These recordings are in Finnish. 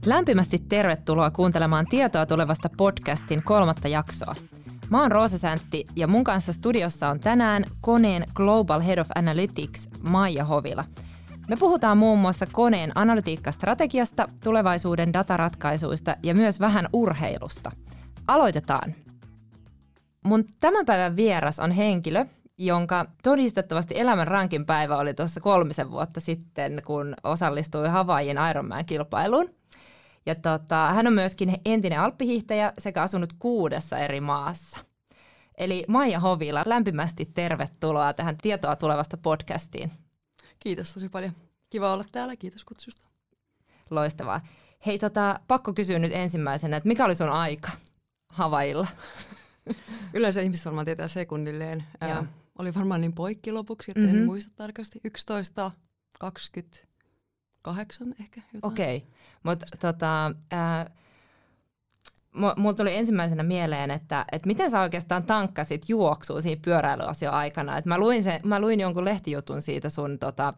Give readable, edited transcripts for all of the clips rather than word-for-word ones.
Lämpimästi tervetuloa kuuntelemaan Tietoa tulevasta podcastin 3. jaksoa. Mä oon Roosa Säntti ja mun kanssa studiossa on tänään Koneen Global Head of Analytics Maija Hovila. Me puhutaan muun muassa Koneen analytiikkastrategiasta, tulevaisuuden dataratkaisuista ja myös vähän urheilusta. Aloitetaan. Mun tämän päivän vieras on henkilö, jonka todistettavasti elämän rankin päivä oli tuossa 3 vuotta sitten, kun osallistui Havaijin Ironman-kilpailuun. Ja hän on myöskin entinen alppihiihtäjä sekä asunut 6 eri maassa. Eli Maija Hovila, lämpimästi tervetuloa tähän Tietoa tulevasta podcastiin. Kiitos tosi paljon. Kiva olla täällä. Kiitos kutsusta. Loistavaa. Hei, pakko kysyä nyt ensimmäisenä, että mikä oli sun aika Havaijilla? Yleensä ihmiset varmaan tietää sekunnilleen. Oli varmaan niin poikki lopuksi, että en muista tarkasti. 11:28 ehkä jotain. Okei, mutta mulla tuli ensimmäisenä mieleen, että miten sä oikeastaan tankkasit juoksua siinä pyöräilyasion aikana. Et mä luin jonkun lehtijutun siitä sun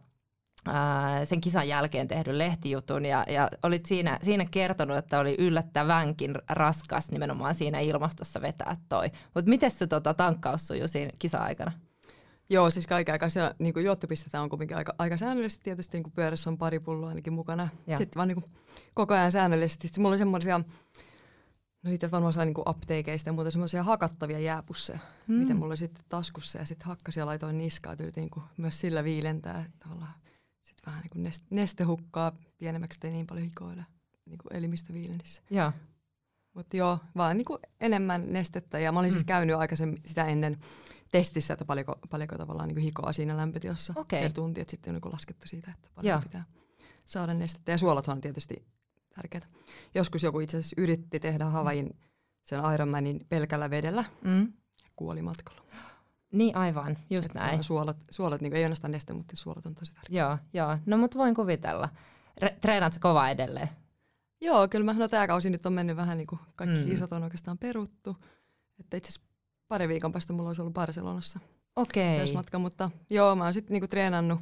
sen kisan jälkeen tehdyn lehtijutun ja olit siinä kertonut, että oli yllättävänkin raskas nimenomaan siinä ilmastossa vetää toi. Mutta miten se tankkaus sujui siinä kisa-aikana? Joo, siis kaiken aikaa siellä niin juottopistetään on kuitenkin aika säännöllisesti. Tietysti niin pyörässä on pari pulloa ainakin mukana. Ja. Sitten vaan niin koko ajan säännöllisesti. Sitten mulla oli semmoisia, no niitä varmaan sai niin apteekeista ja muuta, semmoisia hakattavia jääpusseja, mitä mulla oli sitten taskussa. Ja sitten hakkasin ja laitoin niskaa, että yritin niin myös sillä viilentää. Tavallaan sitten vähän niin nestehukkaa pienemmäksi, ettei niin paljon hikoilla niin elimistä viilenissä. Joo. Mutta joo, vaan niin enemmän nestettä. Ja mä olin siis käynyt aikaisemmin sitä ennen testissä, että paljonko tavallaan niin hikoa siinä lämpötilassa per tunti. Että sitten on niin laskettu siitä, että paljon pitää saada nestettä. Ja suolathan on tietysti tärkeää. Joskus joku itse asiassa yritti tehdä Havaijin sen Ironmanin pelkällä vedellä ja kuoli matkalla. Niin aivan, just että näin. Suolat niin ei ainoastaan neste, mutta suolat on tosi tärkeää. Joo. No mut voin kuvitella. Treenaat sä kovaa edelleen? Joo, kyllä tämä kausi nyt on mennyt vähän niin kuin kaikki kisat on oikeastaan peruttu. Että itse asiassa 2 viikon päästä mulla olisi ollut Barcelonassa matka, mutta joo, mä oon sitten niinku treenannut.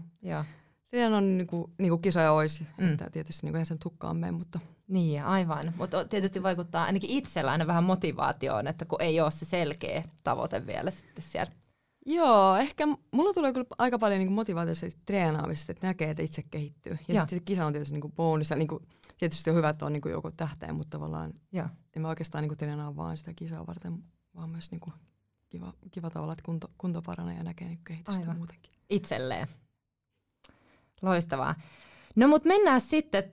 Niinku kisoja olisi, että tietysti niinku eihän sen hukkaan mene, mutta... Niin, aivan. Mutta tietysti vaikuttaa ainakin itsellä aina vähän motivaatioon, että kun ei ole se selkeä tavoite vielä sitten siellä. Joo, ehkä mulla tulee kyllä aika paljon niinku motivaatiosta treenaamisesta, että näkee, että itse kehittyy. Ja sitten kisa on tietysti niinku bonus. Niinku, tietysti on hyvä, että on niinku joku tähtäin, mutta tavallaan en mä oikeastaan niinku treenaa vaan sitä kisaa varten, vaan myös niinku kiva tavalla, että kunto paranee ja näkee niinku kehitystä aivan. Muutenkin. Itselleen. Loistavaa. No mut mennään sitten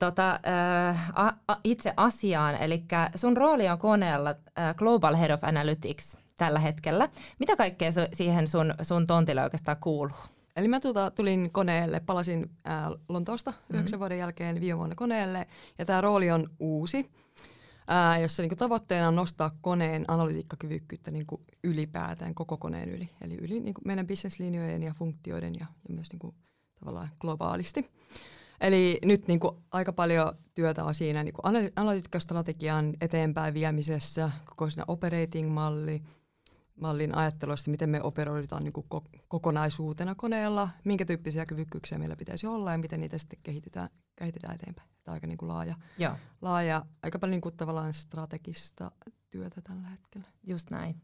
itse asiaan, eli sun rooli on Koneella Global Head of Analytics tällä hetkellä. Mitä kaikkea siihen sun tontille oikeastaan kuuluu? Eli mä tulin Koneelle, palasin Lontoosta 9 vuoden jälkeen viime vuonna Koneelle, ja tämä rooli on uusi, jossa niinku tavoitteena on nostaa Koneen analytiikkakyvykkyyttä niinku ylipäätään koko Koneen yli. Eli yli niinku meidän businesslinjojen ja funktioiden ja myös niinku tavallaan globaalisti. Eli nyt niinku aika paljon työtä on siinä niinku analytiikkastrategian eteenpäin viemisessä, koko siinä operating-mallin ajattelusta, miten me operoidutaan niinku kokonaisuutena koneella, minkä tyyppisiä kyvykkyyksiä meillä pitäisi olla ja miten niitä sitten kehitetään eteenpäin. Tämä on aika niinku laaja, aika paljon niinku tavallaan strategista työtä tällä hetkellä. Just näin.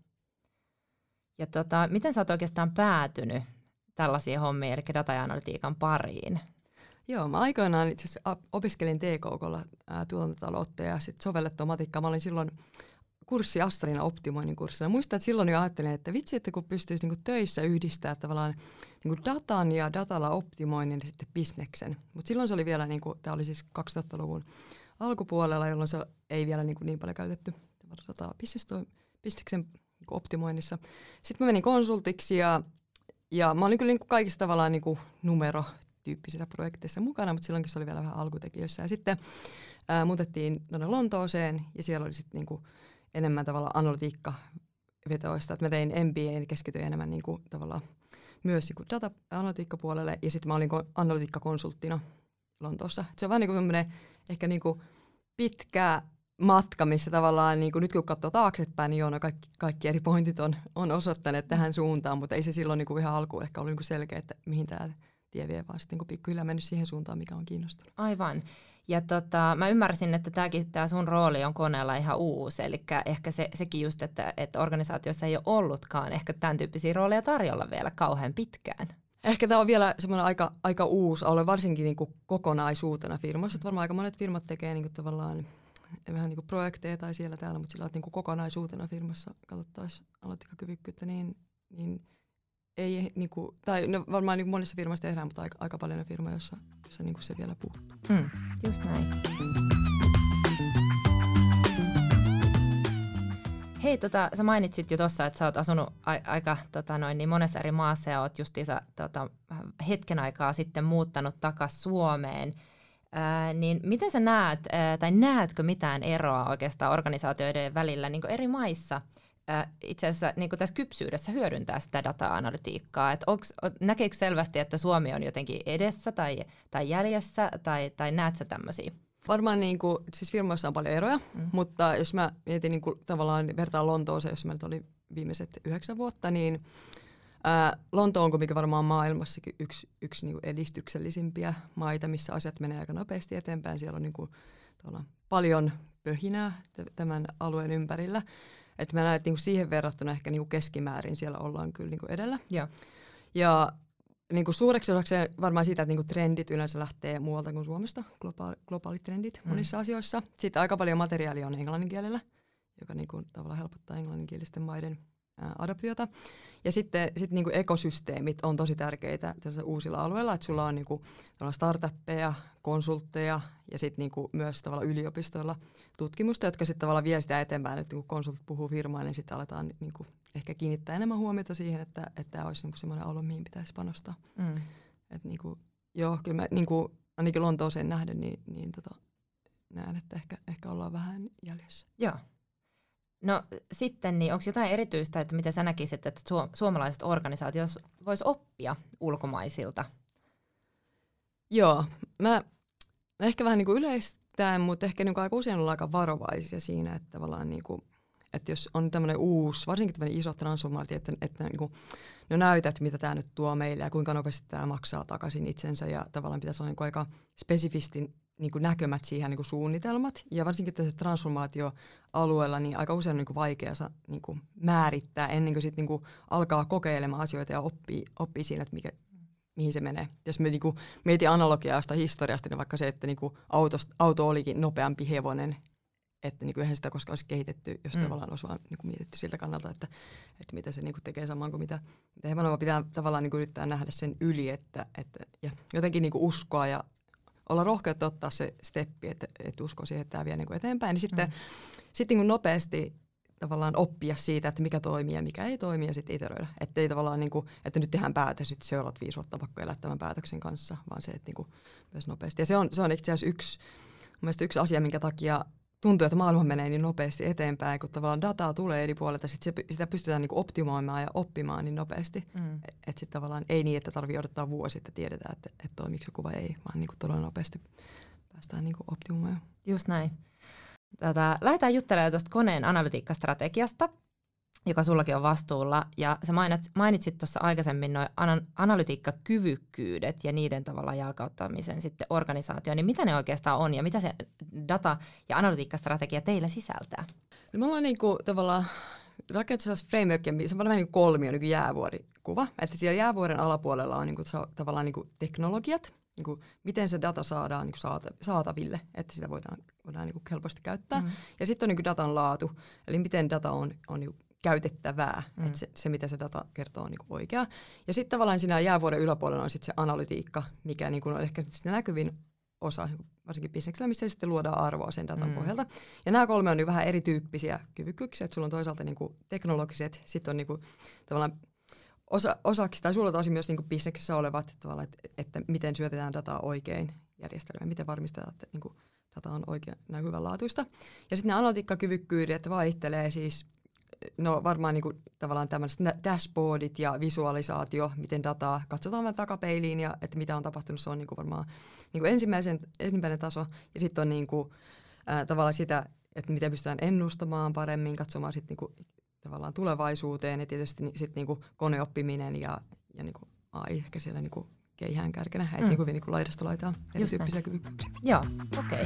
Ja miten sä oot oikeastaan päätynyt tällaisiin hommiin, eli data- ja analytiikan pariin? Joo, mä aikoinaan itse asiassa opiskelin TKK:lla tuotantotaloutta ja sitten sovellettua matikkaa. Mä olin silloin kurssi Astrina optimoinnin kurssilla. Muistan, että silloin jo ajattelin, että vitsi, että kun pystyisi niinku töissä yhdistää tavallaan niinku datan ja datalla optimoinnin ja sitten bisneksen. Mutta silloin se oli vielä, tämä oli siis 2000-luvun alkupuolella, jolloin se ei vielä niin paljon käytetty dataa bisneksen optimoinnissa. Sitten mä menin konsultiksi ja mä olin kyllä kaikissa tavallaan numerotyyppisissä projekteissa mukana, mutta silloinkin se oli vielä vähän alkutekijöissä. Ja sitten muutettiin tuonne Lontooseen ja siellä oli sitten enemmän tavallaan analytiikkavetoista. Että mä tein MBA:n ja keskityin enemmän tavallaan myös data-analytiikkapuolelle ja sitten mä olin analytiikkakonsulttina Lontoossa. Et se on vähän tämmöinen ehkä pitkä matka, missä tavallaan nyt kun katsoo taaksepäin, niin kaikki eri pointit on osoittaneet tähän suuntaan, mutta ei se silloin ihan alkuun ehkä ollut selkeä, että mihin tämä tie vie, vaan sitten niin pikkuhiljaa mennyt siihen suuntaan, mikä on kiinnostunut. Aivan. Ja mä ymmärsin, että tämä sun rooli on koneella ihan uusi, eli ehkä sekin just, että organisaatiossa ei ole ollutkaan ehkä tämän tyyppisiä rooleja tarjolla vielä kauhean pitkään. Ehkä tämä on vielä semmoinen aika uusi alue, varsinkin niin kuin kokonaisuutena firmassa. Että varmaan aika monet firmat tekee niin kuin tavallaan vähän niin kuin projekteja tai siellä täällä, mutta sillä on niin kuin kokonaisuutena firmassa katsottaisiin analytiikkakyvykkyyttä, niin ei, niin kuin, tai no varmaan niin kuin monissa firmassa tehdään, mutta aika paljon on firma, jossa niin kuin se vielä puuttuu. Just näin. Hei, sä mainitsit jo tuossa, että sä oot asunut aika niin monessa eri maassa ja oot justiinsa hetken aikaa sitten muuttanut takaisin Suomeen. Niin miten sä näet, tai näetkö mitään eroa oikeastaan organisaatioiden välillä niin kuin eri maissa itse asiassa niin kuin tässä kypsyydessä hyödyntää sitä data-analytiikkaa? Näkeekö selvästi, että Suomi on jotenkin edessä tai jäljessä, tai näet sä tämmöisiä? Varmaan niin kuin, siis firmoissa on paljon eroja, mutta jos mä mietin niin kuin, tavallaan vertaan Lontooseen, jossa mä nyt olin viimeiset 9 vuotta, niin Lonto on kuitenkin varmaan maailmassakin yksi niin kuin edistyksellisimpiä maita, missä asiat menee aika nopeasti eteenpäin. Siellä on niin kuin, paljon pöhinää tämän alueen ympärillä. Että mä näen, että niin kuin siihen verrattuna ehkä niin kuin keskimäärin siellä ollaan kyllä niin kuin edellä. Ja niin kuin suureksi osaksi varmaan siitä, että niin kuin trendit yleensä lähtee muualta kuin Suomesta, globaalit trendit monissa asioissa. Sitten aika paljon materiaalia on englannin kielellä, joka niin kuin tavallaan helpottaa englanninkielisten maiden adoptiota. Ja sitten niin kuin ekosysteemit on tosi tärkeitä uusilla alueilla, että sulla on niin kuin startuppeja, konsultteja ja sitten niin kuin myös tavallaan yliopistoilla tutkimusta, jotka sitten tavallaan vie sitä eteenpäin, että kun konsultit puhuu firmaan, niin sitten aletaan niin kuin ehkä kiinnittää enemmän huomiota siihen, että tämä olisi niin kuin semmoinen alue, mihin pitäisi panostaa. Että niin kuin, joo, kyllä mä niin kuin, ainakin Lontooseen nähden, niin näen, että ehkä ollaan vähän jäljessä. Joo. No sitten, niin onko jotain erityistä, että miten sä näkisit, että suomalaiset organisaatiot vois oppia ulkomaisilta? Joo, mä ehkä vähän niin kuin yleistään, mutta ehkä niin kuin aika usein ollaan aika varovaisia siinä, että tavallaan niin kuin, että jos on tämmöinen uusi, varsinkin tämmöinen iso transformaatio, että niin kuin, no näytät, mitä tämä nyt tuo meille ja kuinka nopeasti tämä maksaa takaisin itsensä ja tavallaan pitäisi olla niin kuin aika spesifisti niin kuin näkymät siihen niin kuin suunnitelmat. Ja varsinkin tällaisella transformaatioalueella niin aika usein on niin kuin vaikea niin kuin määrittää ennen kuin sit niin kuin alkaa kokeilemaan asioita ja oppii siinä, että mihin se menee. Jos me niin kuin mietin analogiaa sitä historiasta, niin vaikka se, että niin kuin auto olikin nopeampi hevonen, että niin kuin eihän sitä koskaan olisi kehitetty, jos tavallaan olisi vaan niin kuin mietitty siltä kannalta, että mitä se niin kuin tekee samaan kuin mitä hevonen, pitää tavallaan niin kuin yrittää nähdä sen yli, ja jotenkin niin kuin uskoa ja olla rohkeutta ottaa se steppi, että uskoo siihen, että tämä vie niin kuin eteenpäin. Niin sitten niin kuin nopeasti tavallaan oppia siitä, että mikä toimii ja mikä ei toimi, ja sitten iteroida. Että ei tavallaan, niin kuin, että nyt tehdään päätös, sitten seuraavat 5 vuotta pakko elää tämän päätöksen kanssa, vaan se, että niin kuin myös nopeasti. Ja se on itse asiassa yksi asia, minkä takia tuntuu, että maailma menee niin nopeasti eteenpäin, kun tavallaan dataa tulee eri puolilta, sitä pystytään niin kuin optimoimaan ja oppimaan niin nopeasti. Että sitten tavallaan ei niin, että tarvitsee odottaa vuosi, että tiedetään, että toimiiko joku vai ei, vaan niin kuin todella nopeasti päästään niin kuin optimoimaan. Just näin. Lähdetään juttelemaan tuosta koneen analytiikkastrategiasta, joka sullakin on vastuulla. Ja sä mainitsit tuossa aikaisemmin nuo analytiikkakyvykkyydet ja niiden tavallaan jalkauttamisen sitten organisaatioon. Niin mitä ne oikeastaan on ja mitä se data- ja analytiikkastrategia teillä sisältää? No me ollaan niinku tavallaan rakentamassa frameworkia, se on vähän niin kuin kolmio, niin kuin jäävuorikuva. Että siellä jäävuoren alapuolella on niinku tavallaan niinku teknologiat, niinku miten se data saadaan niinku saataville, että sitä voidaan niinku helposti käyttää. Ja sitten on niinku datan laatu, eli miten data on niinku käytettävää, että se mitä se data kertoo on niinku oikea. Ja sitten tavallaan siinä jäävuoren yläpuolella on sitten se analytiikka, mikä niinku on ehkä näkyvin osa, varsinkin bisneksellä, missä sitten luodaan arvoa sen datan pohjalta. Ja nämä 3 on niinku vähän erityyppisiä kyvykkyyksiä, että sulla on toisaalta niinku teknologiset, sitten on niinku tavallaan osaksi, tai suurelta osin myös niinku bisneksessä olevat, että miten syötetään dataa oikein järjestelmään, miten varmistetaan, että niinku data on oikein hyvänlaatuista. Ja sitten nämä analytiikkakyvykkyydet vaihtelee siis, no varmaan niinku tavallaan tämmöiset dashboardit ja visualisaatio, miten dataa katsotaan vähän takapeiliin ja että mitä on tapahtunut, se on niinku varmaan niinku ensimmäinen taso. Ja sitten on niinku, tavallaan sitä, että miten pystytään ennustamaan paremmin, katsomaan sitten niinku, tavallaan tulevaisuuteen ja tietysti sitten niinku koneoppiminen ja niinku AI ehkä siellä niinku keihään kärkenä, että niin kuin laidasta laitaan erityyppisiä kyvykkyyksiä. Joo, okei.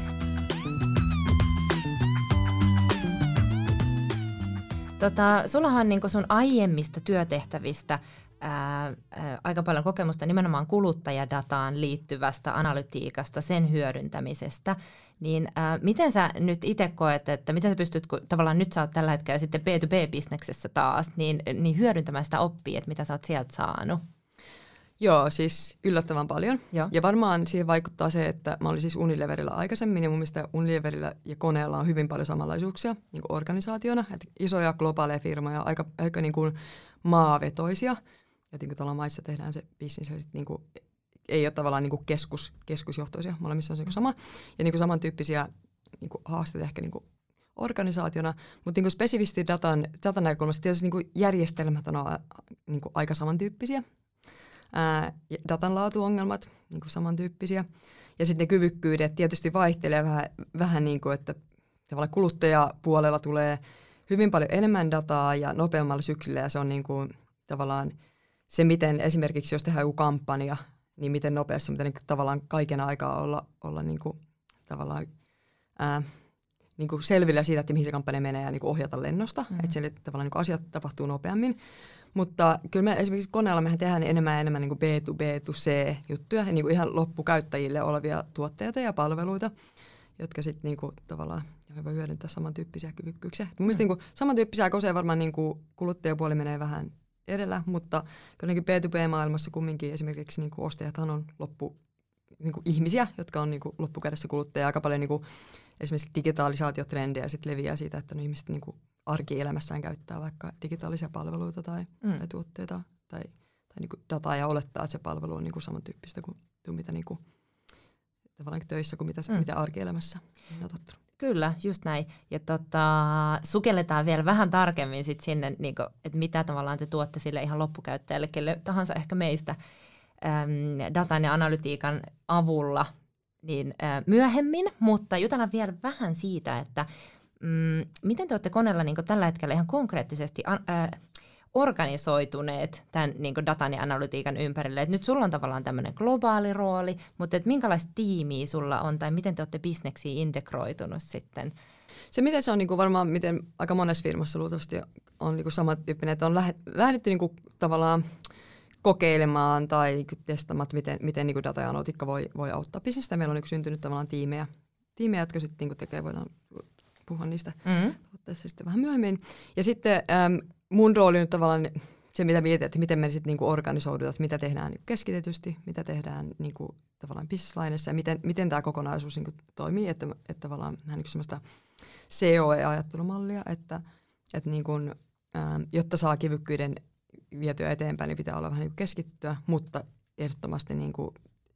Sullahan niin sun aiemmista työtehtävistä aika paljon kokemusta nimenomaan kuluttajadataan liittyvästä analytiikasta, sen hyödyntämisestä. Niin miten sä nyt itse koet, että miten sä pystyt, kun tavallaan nyt sä oot tällä hetkellä sitten B2B-bisneksessä taas, niin hyödyntämään sitä oppia, että mitä sä oot sieltä saanut? Joo, siis yllättävän paljon. Joo. Ja varmaan siihen vaikuttaa se, että mä olin siis Unileverillä aikaisemmin, ja mun mielestä Unileverillä ja Koneella on hyvin paljon samanlaisuuksia niin kuin organisaationa. Että isoja globaaleja firmoja, aika niin kuin maavetoisia. Ja niin kuin tuolla maissa tehdään se business, ja niin kuin, ei ole tavallaan niin kuin keskusjohtoisia, molemmissa on se sama. Ja niin kuin samantyyppisiä niin kuin haasteita ehkä niin kuin organisaationa, mutta niin kuin spesifisti datan näkökulmasta tietysti niin kuin järjestelmät on niin kuin aika samantyyppisiä. Datan laatuongelmat, niin kuin samantyyppisiä. Ja sitten ne kyvykkyydet tietysti vaihtelee vähän niin kuin, että tavallaan kuluttajapuolella tulee hyvin paljon enemmän dataa ja nopeammalla syklillä, ja se on niin kuin tavallaan se, miten esimerkiksi jos tehdään joku kampanja, niin miten nopeasti, miten niin tavallaan kaiken aikaa olla niin kuin, tavallaan niin kuin selvillä siitä, että mihin se kampanja menee ja niin kuin ohjata lennosta, että siellä tavallaan niin kuin asiat tapahtuu nopeammin. Mutta kyllä me esimerkiksi Koneella mehän tehdään enemmän ja enemmän niin kuin B2B2C-juttuja, niin kuin ihan loppukäyttäjille olevia tuotteita ja palveluita, jotka sitten niin kuin tavallaan voi hyödyntää samantyyppisiä kyvykkyyksiä. Mun mielestä niin kuin samantyyppisiä kosee varmaan niin kuin kuluttajapuoli menee vähän edellä, mutta kyllä niin kuin B2B-maailmassa kumminkin esimerkiksi niin kuin ostajathan on niin kuin ihmisiä, jotka on niin kuin loppukädessä kuluttajia. Aika paljon niin kuin esimerkiksi digitalisaatiotrendejä sit leviää siitä, että ihmiset niin kuin arkielämässään käyttää vaikka digitaalisia palveluita tai tuotteita tai niin kuin dataa ja olettaa, että se palvelu on niin kuin samantyyppistä kuin mitä niin kuin, tavallaan töissä kuin mitä arkielämässä on tottunut. Kyllä, just näin. Ja sukelletaan vielä vähän tarkemmin sit sinne, niin kuin, että mitä tavallaan te tuotte sille ihan loppukäyttäjälle, kelle tahansa ehkä meistä datan ja analytiikan avulla niin myöhemmin, mutta jutellaan vielä vähän siitä, että miten te olette Koneella niin kuin tällä hetkellä ihan konkreettisesti organisoituneet tämän niin kuin datan ja analytiikan ympärille. Et nyt sulla on tavallaan tämmöinen globaali rooli, mutta et minkälaista tiimiä sulla on tai miten te olette bisneksiin integroitunut sitten? Se, miten se on niin kuin varmaan, miten aika monessa firmassa luultavasti on niin kuin samantyyppinen, että on lähdetty niin kuin tavallaan kokeilemaan tai testaamaan, miten niin kuin data ja analytiikka voi auttaa bisnestä. Meillä on niin kuin syntynyt tavallaan tiimejä jotka sitten niin kuin tekee, voidaan puhua niistä tuotteista sitten vähän myöhemmin. Ja sitten mun rooli on tavallaan se, mitä mietin, että miten me sitten niinku organisoidutaan, että mitä tehdään niinku keskitetysti, mitä tehdään niinku tavallaan business-lineissa ja miten tämä kokonaisuus niinku toimii, että tavallaan vähän niinku semmoista COE-ajattelumallia, että niinku, jotta saa kyvykkyyden vietyä eteenpäin, niin pitää olla vähän niinku keskittyä, mutta ehdottomasti niinku,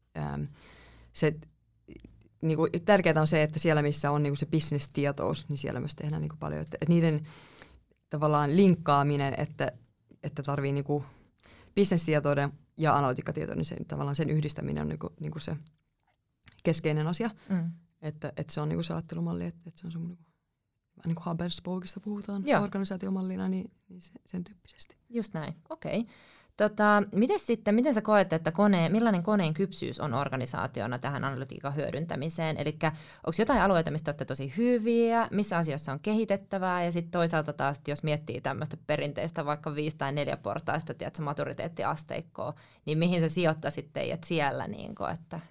se niinku, tärkeää on se, että siellä missä on niinku se business-tietous, niin siellä myös tehdään niinku paljon, että niiden tavallaan linkkaaminen, että tarvii niinku business-tietouden ja analytiikkatietouden, niin tavallaan sen yhdistäminen on niinku se keskeinen asia. Että se on niinku se ajattelumalli, että se on semmoinen niin kuin hub and spokeista puhutaan organisaatiomallina, niin sen tyyppisesti. Just näin, okei. Miten sä koet, että millainen koneen kypsyys on organisaationa tähän analytiikan hyödyntämiseen? Eli onko jotain alueita, mistä olette tosi hyviä, missä asioissa on kehitettävää, ja sitten toisaalta taas, jos miettii tämmöistä perinteistä vaikka 5 tai 4 portaista, tiedätkö, maturiteettiasteikkoa, niin mihin sä sijoittaisit teidät siellä, niin kun, että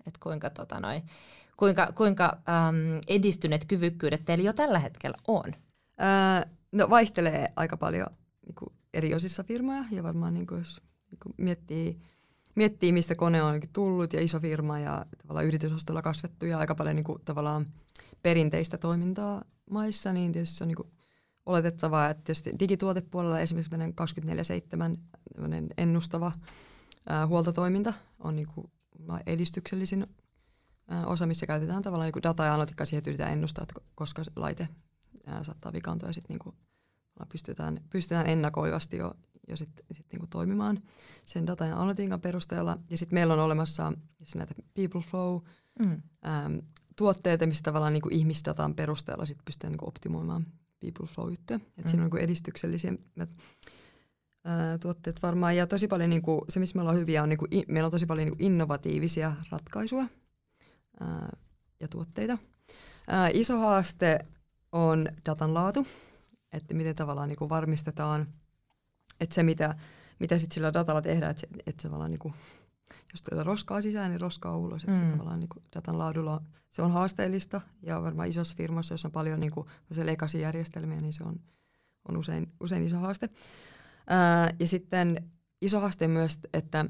kuinka edistyneet kyvykkyydet teillä jo tällä hetkellä on? No vaihtelee aika paljon niin kuin eri osissa firmoja, ja varmaan niin kuin jos miettii, mistä kone on tullut ja iso firma ja tavallaan yritysostolla kasvettu ja aika paljon niin kuin, tavallaan perinteistä toimintaa maissa, niin tietysti se on niin kuin oletettavaa, että tietysti digituotepuolella esimerkiksi meidän 24/7 ennustava huoltotoiminta on niin kuin edistyksellisin osa, missä käytetään tavallaan niin kuin dataa ja analytiikkaa siihen, että yritetään ennustaa, että koska laite saattaa vikaantua ja sitten niin kuin pystytään ennakoivasti jo sit niin kuin toimimaan sen datan ja analytiikan perusteella. Ja sitten meillä on olemassa näitä people flow tuotteita, missä tavallaan niin kuin ihmisdatan perusteella sit pystytään niin kuin optimoimaan people flow-juttuja. Siinä on niin kuin edistyksellisiä tuotteet varmaan. Ja tosi paljon, niin kuin, se missä me ollaan hyviä, on, niin kuin, meillä on tosi paljon niin kuin innovatiivisia ratkaisuja ja tuotteita. Iso haaste on datan laatu, että miten tavallaan niin kuin varmistetaan, että se mitä sit sillä datalla tehdään, että se tavallaan niin kuin, jos tulee roskaa sisään, niin roskaa ulos. Että tavallaan niin kuin datan laadulla se on haasteellista ja varmaan isossa firmassa, jossa on paljon niin kuin legacy-järjestelmiä, niin se on usein iso haaste. Ja sitten iso haaste myös, että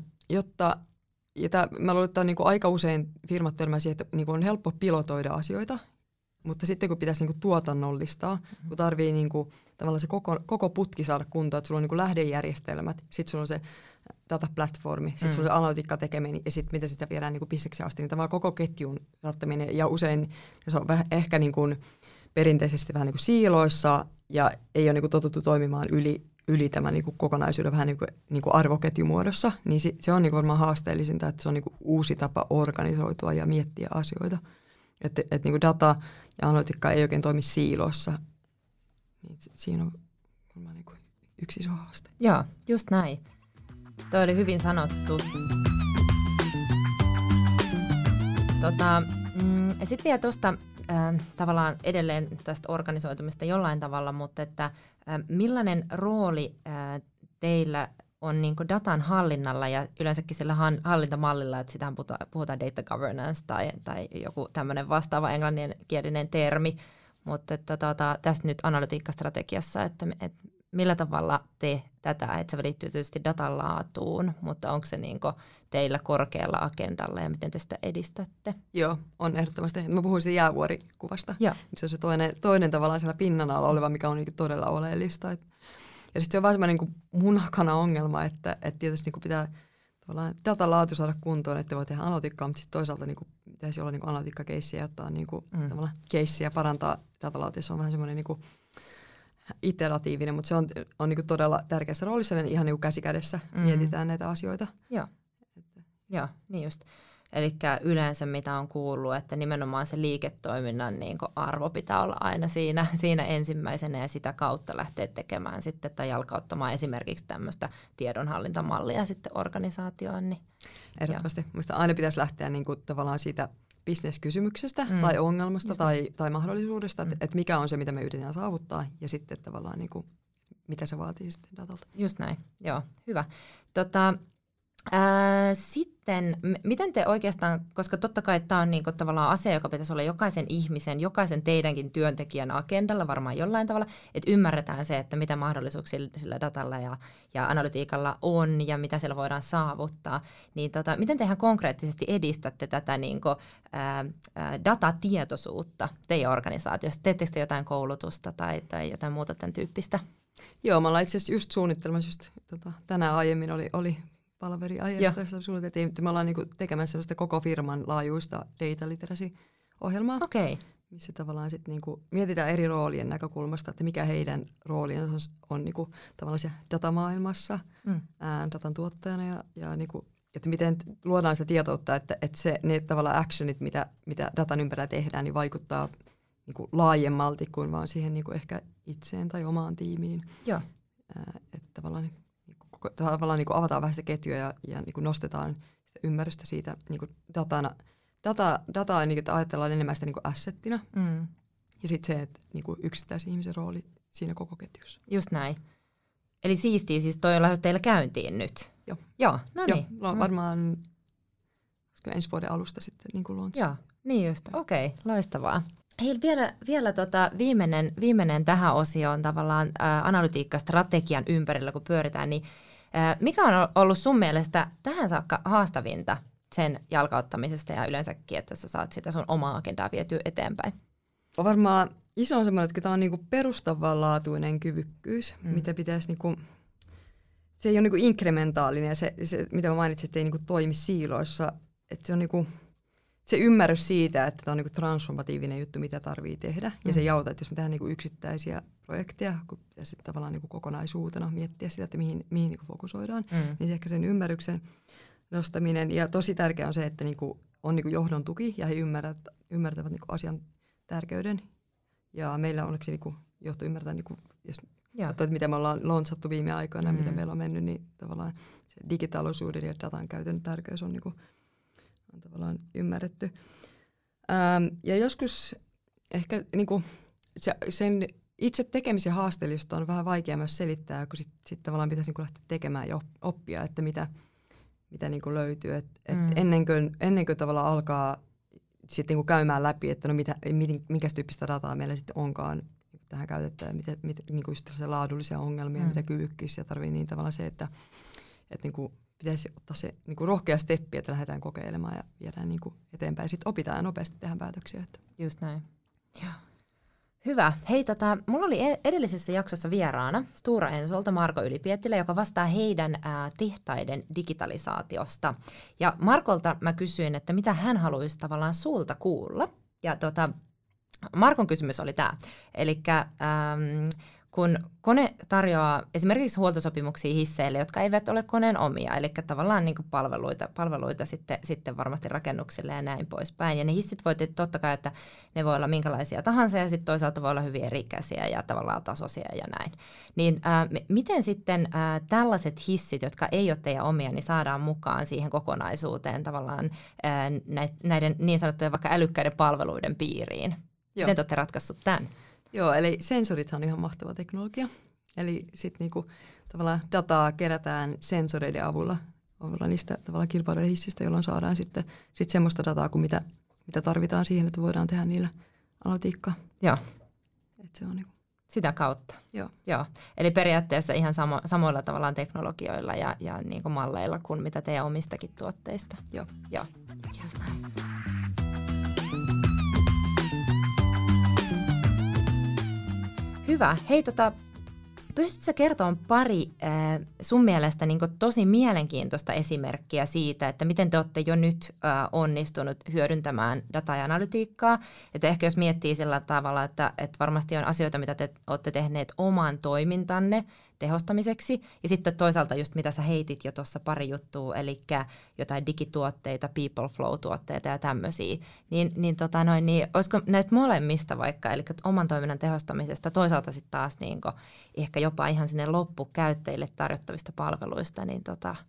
mä luulen, että on niin kuin aika usein firmat törmää siihen, että niin kuin on helppo pilotoida asioita, mutta sitten kun pitäisi niin kuin tuotannollistaa, kun tarvii niin kuin, tavallaan se koko putki saada kuntoon, että sulla on niin kuin lähdejärjestelmät, sitten sulla on se dataplatformi, sitten sulla on se analytiikka tekeminen ja sitten miten sitä viedään niin kuin bisnekseen asti, niin tämä on koko ketjun saattaminen ja usein se on ehkä niin kuin perinteisesti vähän niin kuin siiloissa ja ei ole niin kuin totuttu toimimaan yli tämän niin kuin kokonaisuuden vähän niin kuin arvoketjumuodossa, niin se on niin kuin varmaan haasteellisinta, että se on niin kuin uusi tapa organisoitua ja miettiä asioita. Että niin kuin data ja analytiikka ei oikein toimi siiloissa, niin siinä on varmaan niin kuin yksi iso haaste. Joo, just näin. Toi oli hyvin sanottu. Sitten vielä tuosta tavallaan edelleen tästä organisoitumista jollain tavalla, mutta että millainen rooli teillä on niin kuin datan hallinnalla ja yleensäkin sillä hallintamallilla, että sitähän puhutaan data governance tai joku tämmöinen vastaava englanninkielinen termi, mutta että tästä nyt analytiikkastrategiassa, että millä tavalla te tätä, että se liittyy tietysti datan laatuun, mutta onko se niin kuin teillä korkealla agendalla ja miten te sitä edistätte? Joo, on ehdottomasti. Mä puhuin siitä jäävuorikuvasta. Se on se toinen tavallaan siellä pinnan alla oleva, mikä on niin todella oleellista. Ja sitten se on vähän semmoinen niin munakana ongelma, että tietysti niin pitää tavallaan datan laatu saada kuntoon, että voi tehdä analytiikkaa, mutta sitten toisaalta niin pitäisi olla niin analytiikka-keissiä ja ottaa niin tavallaan keissiä ja parantaa datalaatua. Se on vähän semmoinen niin iteratiivinen, mutta se on niin todella tärkeässä roolissa, ihan niin käsi kädessä mietitään näitä asioita. Joo, niin just. Eli yleensä mitä on kuullut, että nimenomaan se liiketoiminnan niin kuin arvo pitää olla aina siinä ensimmäisenä ja sitä kautta lähteä tekemään sitten tai jalkauttamaan esimerkiksi tämmöistä tiedonhallintamallia sitten organisaatioon. Niin, ehdottomasti. Mielestäni aina pitäisi lähteä niin kuin tavallaan siitä bisneskysymyksestä tai ongelmasta tai mahdollisuudesta, että mikä on se, mitä me yritetään saavuttaa ja sitten tavallaan niin kuin, mitä se vaatii sitten datalta. Just näin, joo, hyvä. Sitten, miten te oikeastaan, koska totta kai tämä on niinku tavallaan asia, joka pitäisi olla jokaisen ihmisen, jokaisen teidänkin työntekijän agendalla varmaan jollain tavalla, että ymmärretään se, että mitä mahdollisuuksia sillä datalla ja analytiikalla on ja mitä siellä voidaan saavuttaa, niin miten te ihan konkreettisesti edistätte tätä niinku, datatietoisuutta teidän organisaatiossa? Teettekö te jotain koulutusta tai jotain muuta tämän tyyppistä? Joo, mä ollaan itse asiassa just suunnittelemassa, tänään aiemmin oli palaveri aiheesta, josta suunniteltiin. Me ollaan niinku tekemässä sellaista koko firman laajuista data literacy-ohjelmaa, missä tavallaan sit niinku mietitään eri roolien näkökulmasta, että mikä heidän roolinsa on niinku tavallaan siellä datamaailmassa, datan tuottajana ja niinku, että miten luodaan sitä tietoutta, että ne tavallaan actionit, mitä datan ympärillä tehdään, niin vaikuttaa niinku laajemmalti kuin vaan siihen niinku ehkä itseen tai omaan tiimiin. Joo. Että tavallaan niin kuin avataan vähän sitä ketjua ja niin kuin nostetaan sitä ymmärrystä siitä niin kuin dataa niin kuin ajatellaan enemmän sitä niin kuin assettina. Ja sitten se, että niin kuin yksittäisen ihmisen rooli siinä koko ketjussa. Just näin. Eli siistiä, siis toi on lähes teillä käyntiin nyt. Joo, no niin. Joo, varmaan ensi vuoden alusta sitten niin kuin launch. Joo, niin just. Okei, loistavaa. Hei, vielä viimeinen tähän osioon tavallaan analytiikkastrategian ympärillä, kun pyöritään, niin mikä on ollut sun mielestä tähän saakka haastavinta sen jalkauttamisesta ja yleensäkin, että sä saat sitä sun omaa agendaa vietyä eteenpäin? Varmaan iso on semmoinen, että tämä on niinku perustavanlaatuinen kyvykkyys, mitä pitäisi niinku, se ei ole niinku inkrementaalinen ja se, mitä mä mainitsin, että ei niinku toimi siiloissa, että se on niinku se ymmärrys siitä, että tämä on niinku transformatiivinen juttu, mitä tarvii tehdä. Ja se ei auta, että jos me tehdään niinku yksittäisiä projekteja, kun pitäisi tavallaan niinku kokonaisuutena miettiä sitä, että mihin niinku fokusoidaan, niin se ehkä sen ymmärryksen nostaminen. Ja tosi tärkeää on se, että niinku on niinku johdon tuki ja he ymmärtävät niinku asian tärkeyden. Ja meillä onneksi niinku johto ymmärtää, niinku, jos Mutta mitä me ollaan launchattu viime aikoina, mitä meillä on mennyt, niin tavallaan se digitaalisuuden ja datan käytön tärkeys on, niinku, on tavallaan ymmärretty. Ja joskus ehkä niinku, sen itse tekemisen haasteellista on vähän vaikea myös selittää, kun sit tavallaan pitäisi niinku lähteä tekemään ja oppia, että mitä niinku löytyy. Ennen kuin tavallaan alkaa sitten niinku käymään läpi, että no minkä tyyppistä dataa meillä sitten onkaan tähän käytetään, niinku just laadullisia ongelmia, mitä kyvykkyyksiä tarvii, niin tavallaan se, että niinku pitäisi ottaa se niinku rohkea steppi, että lähdetään kokeilemaan ja viedään niinku eteenpäin. Sitten opitaan nopeasti tehdä päätöksiä. Että. Just näin. Joo. Hyvä. Hei, mulla oli edellisessä jaksossa vieraana Stora Ensolta Marko Ylipiettilä, joka vastaa heidän tehtaiden digitalisaatiosta. Ja Markolta mä kysyin, että mitä hän haluaisi tavallaan sulta kuulla. Ja Markon kysymys oli tämä. Elikkä kun kone tarjoaa esimerkiksi huoltosopimuksia hisseille, jotka eivät ole koneen omia, eli tavallaan niin kuin palveluita sitten varmasti rakennuksille ja näin poispäin. Ja ne hissit voi totta kai, että ne voi olla minkälaisia tahansa ja sitten toisaalta voi olla hyvin erikäisiä ja tavallaan tasoisia ja näin. Niin miten sitten tällaiset hissit, jotka ei ole teidän omia, niin saadaan mukaan siihen kokonaisuuteen tavallaan näiden niin sanottujen vaikka älykkäiden palveluiden piiriin? Joo. Miten te olette ratkaissut tämän? Joo, eli sensorithan on ihan mahtava teknologia. Eli sitten niinku, tavallaan dataa kerätään sensoreiden avulla niistä tavallaan kilpailujen hissistä, jolloin saadaan sitten semmoista dataa kuin mitä tarvitaan siihen, että voidaan tehdä niillä analytiikkaa. Joo. Et se on niinku. Sitä kautta. Joo. Eli periaatteessa ihan samoilla tavallaan teknologioilla ja niinku malleilla kuin mitä teidän omistakin tuotteista. Joo. Just näin. Hyvä. Hei, pystytkö sä kertomaan pari sun mielestä niin tosi mielenkiintoista esimerkkiä siitä, että miten te olette jo nyt onnistunut hyödyntämään dataa ja analytiikkaa? Että ehkä jos miettii sillä tavalla, että varmasti on asioita, mitä te olette tehneet oman toimintanne tehostamiseksi. Ja sitten toisaalta just mitä sä heitit jo tuossa pari juttua, eli jotain digituotteita, people flow-tuotteita ja tämmöisiä. Niin olisiko näistä molemmista vaikka, eli oman toiminnan tehostamisesta, toisaalta sitten taas niinku, ehkä jopa ihan sinne loppukäyttäjille tarjottavista palveluista. Niin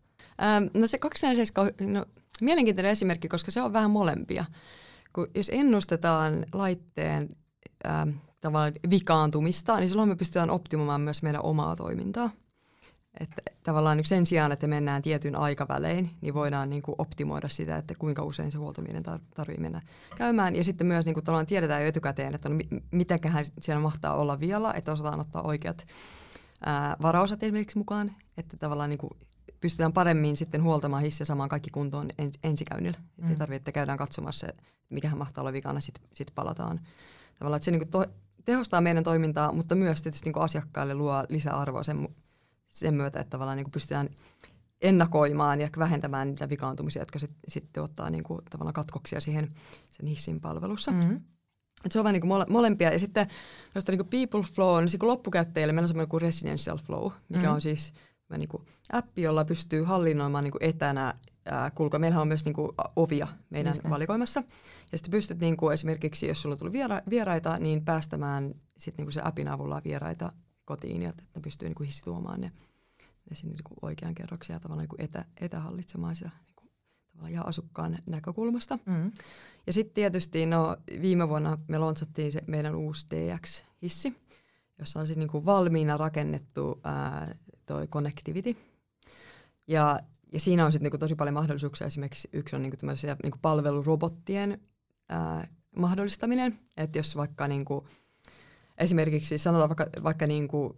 No se 247, mielenkiintoinen esimerkki, koska se on vähän molempia. Jos ennustetaan laitteen tavallaan vikaantumista, niin silloin me pystytään optimoimaan myös meidän omaa toimintaa. Että tavallaan sen sijaan, että mennään tietyn aikavälein, niin voidaan niin kuin optimoida sitä, että kuinka usein se huoltominen tarvitsee mennä käymään. Ja sitten myös niin kuin tiedetään jo etukäteen, että mitäköhän siellä mahtaa olla vielä, että osataan ottaa oikeat varaosat esimerkiksi mukaan, että tavallaan niin kuin pystytään paremmin sitten huoltamaan hissiä samaan kaikki kuntoon ensikäynnillä. Että ei tarvitse, että käydään katsomassa, mikähän mahtaa olla vikana, sitten palataan. Tavallaan, että se niin kuin tehostaa meidän toimintaa, mutta myös tietysti niin kuin asiakkaille luo lisäarvoa sen myötä, että tavallaan niin kuin pystytään ennakoimaan ja vähentämään niitä vikaantumisia, jotka sitten ottaa niin kuin tavallaan katkoksia siihen sen hissin palvelussa. Mm-hmm. Et se on vähän niin kuin molempia. Ja sitten noista niin kuin people flow, niin loppukäyttäjille meillä on semmoinen kuin residential flow, mikä on siis niin kuin appi, jolla pystyy hallinnoimaan niin kuin etänä kulkua. Meillähän on myös niin kuin ovia meidän valikoimassa. Ja sitten pystyt niin kuin esimerkiksi, jos sulla tuli vieraita, niin päästämään sit niin kuin se appin avulla vieraita kotiin, ja että pystyy niin kuin hissi tuomaan ne sinne niin kuin oikean kerroksen ja tavallaan niin kuin etähallitsemaan sitä niin kuin, tavallaan ihan asukkaan näkökulmasta. Mm. Ja sitten tietysti viime vuonna me launchattiin se meidän uusi DX-hissi, jossa on siis niin kuin valmiina rakennettu toi connectivity. Ja siinä on sitten niinku tosi paljon mahdollisuuksia. Esimerkiksi yksi on niinku tämmöisiä niinku palvelurobottien mahdollistaminen. Että jos vaikka niinku, esimerkiksi sanotaan vaikka niinku,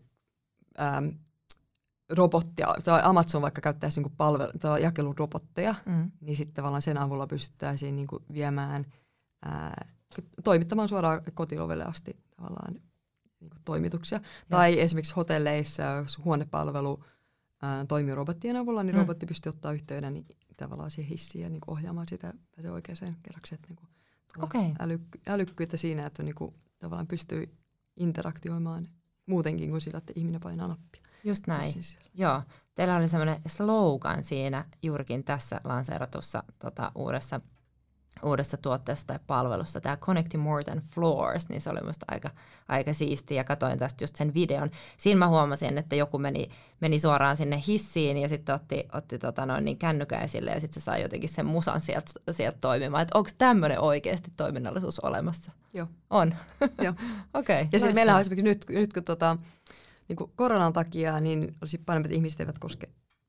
robottia, tai Amazon vaikka käyttäisi niinku jakelurobotteja, niin sitten tavallaan sen avulla pystyttäisiin niinku viemään, toimittamaan suoraan kotiovelle asti tavallaan niinku toimituksia. Tai esimerkiksi hotelleissa, jos huonepalvelu toimii robottien avulla, niin robotti pystyy ottaa yhteyden niin tavallaan siihen hissiin ja niin ohjaamaan sitä oikeaan kerrokseen. Niin älykkyyttä siinä, että niin kuin, tavallaan pystyy interaktioimaan muutenkin kuin sillä, että ihminen painaa nappia. Just näin. Joo. Teillä oli semmoinen slogan siinä juurikin tässä lanseeratussa uudessa uudessa tuotteessa tai palvelussa, tämä Connecting More Than Floors, niin se oli musta aika siistiä, ja katsoin tästä just sen videon. Siinä mä huomasin, että joku meni suoraan sinne hissiin, ja sitten otti niin kännykän esille, ja sitten se sai jotenkin sen musan sieltä toimimaan, että onko tämmöinen oikeasti toiminnallisuus olemassa? Joo. On? Joo. Okei. Ja sitten meillä on esimerkiksi nyt kun niin kuin koronan takia, niin olisi parempi, että ihmiset eivät koske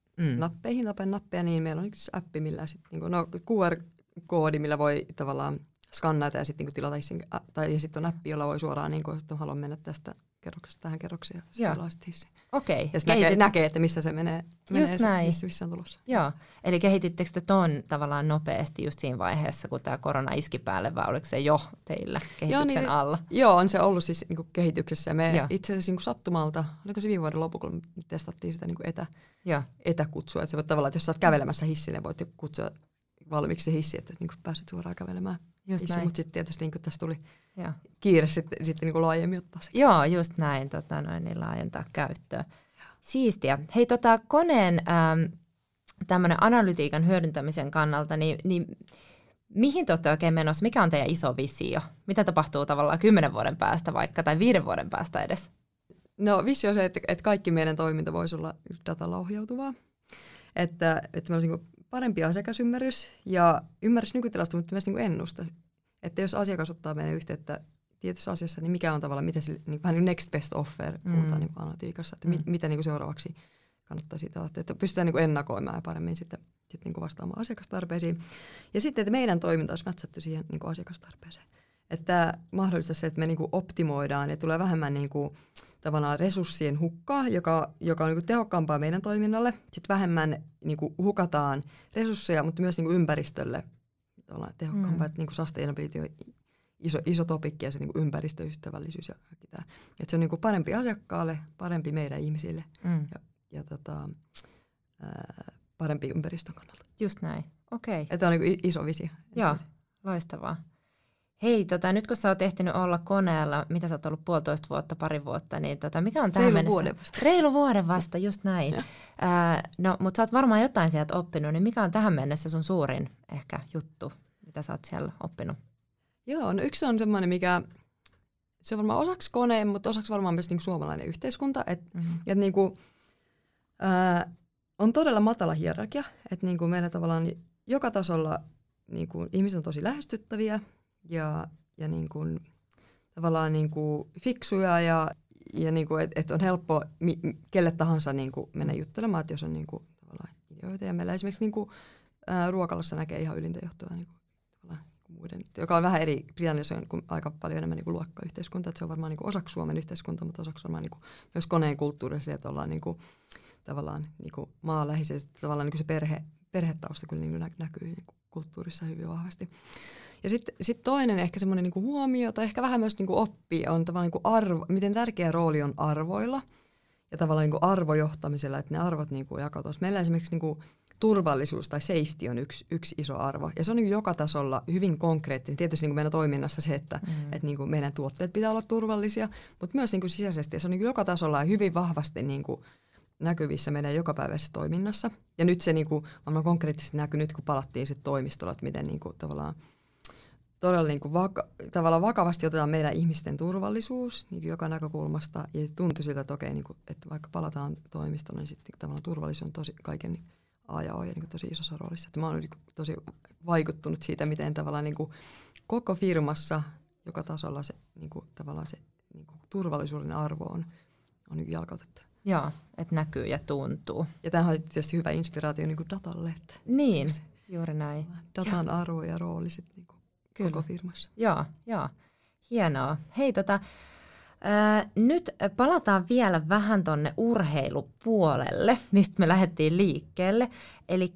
nappeja, niin meillä on yksi appi, millä sitten, QR-koodi, millä voi tavallaan skannata ja sitten niin tilata hissin, ja sitten on appi, jolla voi suoraan, niin kuin, että haluan mennä tästä kerroksesta tähän kerrokseen, ja sitten tilaa sitten hissiin. Okei. Ja sitten näkee, että missä se menee missä on tulossa. Joo, eli kehitittekö te ton tavallaan nopeasti just siinä vaiheessa, kun tämä korona iski päälle, vai oliko se jo teillä kehityksen alla? Joo, on se ollut siis niin kuin kehityksessä. Me itse asiassa niin kuin sattumalta, oliko se viime vuoden lopulla, kun me testattiin sitä niin kuin etäkutsua. Että se voi tavallaan, että jos sä oot kävelemässä hissille, voit kutsua valmiiksi se hissi, että niin kuin pääset suoraan kävelemään. Mutta sitten tietysti niin tässä tuli kiire sitten niin kuin laajemmin ottaa se. Joo, just näin, niin laajentaa käyttöä. Siistiä. Hei, koneen tämmöinen analytiikan hyödyntämisen kannalta, niin mihin te olette oikein menossa? Mikä on teidän iso visio? Mitä tapahtuu tavallaan 10 vuoden päästä vaikka, tai 5 vuoden päästä edes? No visio on se, että kaikki meidän toiminta voisi olla datalla ohjautuvaa. Että meillä olisi niin parempi asiakasymmärrys ja ymmärrys nykytilasta, mutta myös niin kuin ennuste. Että jos asiakas ottaa meidän yhteyttä tietyssä asiassa, niin mikä on tavallaan, miten se, niin vähän niin next best offer, puhutaan niin kuin analytiikassa, että mitä niin kuin seuraavaksi kannattaa siitä olla, että pystytään niin kuin ennakoimaan ja paremmin sitten niin kuin vastaamaan asiakastarpeisiin. Ja sitten, että meidän toiminta olisi mätsätty siihen niin kuin asiakastarpeeseen. Että mahdollistaa se, että me niin kuin optimoidaan ja tulee vähemmän niin kuin tavallaan resurssien hukkaa, joka on niin kuin tehokkaampaa meidän toiminnalle. Sitten vähemmän niin kuin hukataan resursseja, mutta myös niin kuin ympäristölle tehokkaampaa, että niin kuin sustainability on iso topikki ja se niin kuin ympäristöystävällisyys ja kaikki tämä. Että se on niin kuin parempi asiakkaalle, parempi meidän ihmisille ja parempi ympäristön kannalta. Just näin, okei. Että on niin kuin iso visio. Joo, loistavaa. Hei, nyt kun sä oot ehtinyt olla koneella, mitä sä oot ollut 1,5 vuotta, 2 vuotta, niin mikä on tähän mennessä? Reilu vuoden vasta, just näin. No, mutta sä oot varmaan jotain sieltä oppinut, niin mikä on tähän mennessä sun suurin ehkä juttu, mitä sä oot siellä oppinut? Joo, no yksi on semmoinen, mikä se on varmaan osaksi koneen, mutta osaksi varmaan myös niinku suomalainen yhteiskunta, että niinku, on todella matala hierarkia, että niinku meillä tavallaan joka tasolla niinku, ihmiset on tosi lähestyttäviä, ja niinku, tavallaan niinku fiksuja ja niinku, että on helppo kelle tahansa niinku mennä juttelemaan, että jos on niinku, tavallaan ideoita. Ja meillä esimerkiksi niinku, ruokalossa näkee ihan ylintä johtoa niinku, muiden, joka on vähän eri, Britanniassa on aika paljon enemmän niinku, luokkayhteiskunta, että se on varmaan niinku, osaksi Suomen yhteiskunta, mutta osaksi varmaan niinku, myös koneen kulttuurissa, että ollaan niinku, tavallaan niinku, maanläheisesti, tavallaan niinku, se perhetausta kyllä niinku, näkyy niinku, kulttuurissa hyvin vahvasti. Ja sitten toinen ehkä semmoinen niinku huomio tai ehkä vähän myös niinku oppi on tavallaan niinku miten tärkeä rooli on arvoilla ja tavallaan niinku arvojohtamisella, että ne arvot niinku jakautuvat. Meillä esimerkiksi niinku turvallisuus tai safety on yksi iso arvo ja se on niinku joka tasolla hyvin konkreettinen. Tietysti niinku meidän toiminnassa se, että et niinku meidän tuotteet pitää olla turvallisia, mutta myös niinku sisäisesti se on niinku joka tasolla ja hyvin vahvasti niinku näkyvissä meidän jokapäiväisessä toiminnassa. Ja nyt se niinku on konkreettisesti näkyy nyt, kun palattiin sitten toimistolla, että miten niinku tavallaan todella niin kuin tavallaan vakavasti otetaan meidän ihmisten turvallisuus niin joka näkökulmasta. Ja tuntui siltä, että okei, niin kuin, että vaikka palataan toimistoon, niin sitten tavallaan turvallisuus on tosi kaiken A ja O ja niin kuin tosi isossa roolissa. Että mä oon niin tosi vaikuttunut siitä, miten tavallaan niin kuin koko firmassa, joka tasolla se, niin kuin, tavallaan se niin kuin turvallisuuden arvo on niin jalkautettu. Joo, että näkyy ja tuntuu. Ja tämähän on tietysti hyvä inspiraatio niin kuin datalle. Että niin, juuri näin. Datan arvo ja rooli sitten niin kuin koko firmassa. Joo. Hienoa. Hei, nyt palataan vielä vähän tonne urheilupuolelle, mistä me lähdettiin liikkeelle. Eli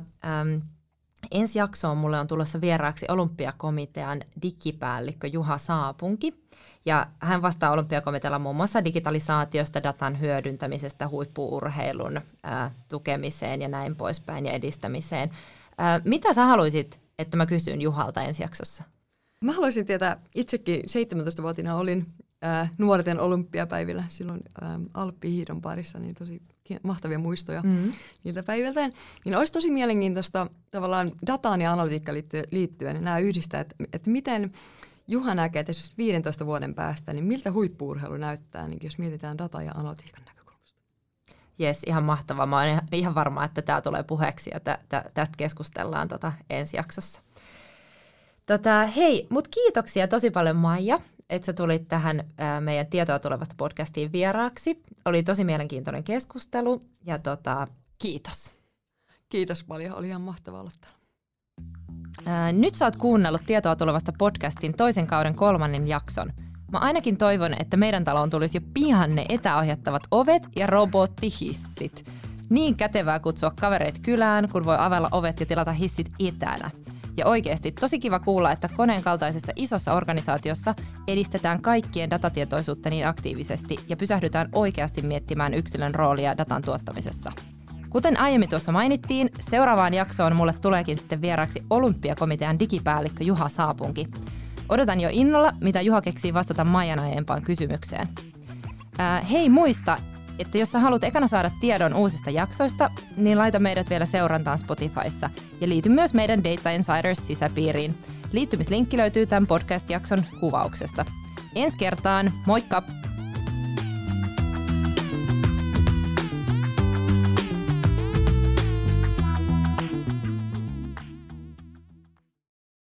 ensi jaksoon mulle on tulossa vieraaksi Olympiakomitean digipäällikkö Juha Saapunki. Ja hän vastaa Olympiakomitealla muun muassa digitalisaatiosta, datan hyödyntämisestä, huippu-urheilun tukemiseen ja näin poispäin ja edistämiseen. Mitä sä haluaisit, että mä kysyn Juhalta ensi jaksossa? Mä haluaisin tietää, itsekin 17-vuotiaana olin nuorten olympiapäivillä silloin alppihiidon parissa, niin tosi mahtavia muistoja niiltä päiviltä. Niin olisi tosi mielenkiintoista tavallaan dataan ja analytiikkaan liittyen niin nämä yhdistää, että miten Juha näkee, että 15 vuoden päästä, niin miltä huippu-urheilu näyttää, niin jos mietitään data- ja analytiikan näkökulmasta. Jes, ihan mahtavaa. Mä oon ihan varma, että tämä tulee puheeksi ja tästä keskustellaan ensi jaksossa. Hei, mutta kiitoksia tosi paljon Maija, että sä tulit tähän meidän Tietoa tulevasta podcastiin vieraaksi. Oli tosi mielenkiintoinen keskustelu ja kiitos. Kiitos paljon, oli ihan mahtavaa olla täällä. Nyt sä oot kuunnellut Tietoa tulevasta podcastin 2. kauden 3. jakson. Mä ainakin toivon, että meidän taloon tulisi jo pian ne etäohjattavat ovet ja robottihissit. Niin kätevää kutsua kavereet kylään, kun voi avella ovet ja tilata hissit etänä. Ja oikeasti tosi kiva kuulla, että Koneen kaltaisessa isossa organisaatiossa edistetään kaikkien datatietoisuutta niin aktiivisesti ja pysähdytään oikeasti miettimään yksilön roolia datan tuottamisessa. Kuten aiemmin tuossa mainittiin, seuraavaan jaksoon mulle tuleekin sitten vieraaksi Olympiakomitean digipäällikkö Juha Saapunki. Odotan jo innolla, mitä Juha keksii vastata Maijan aiempaan kysymykseen. Hei, muista, että jos sä haluat ekana saada tiedon uusista jaksoista, niin laita meidät vielä seurantaan Spotifyssa ja liity myös meidän Data Insiders-sisäpiiriin. Liittymislinkki löytyy tämän podcast-jakson kuvauksesta. Ensi kertaan, moikka!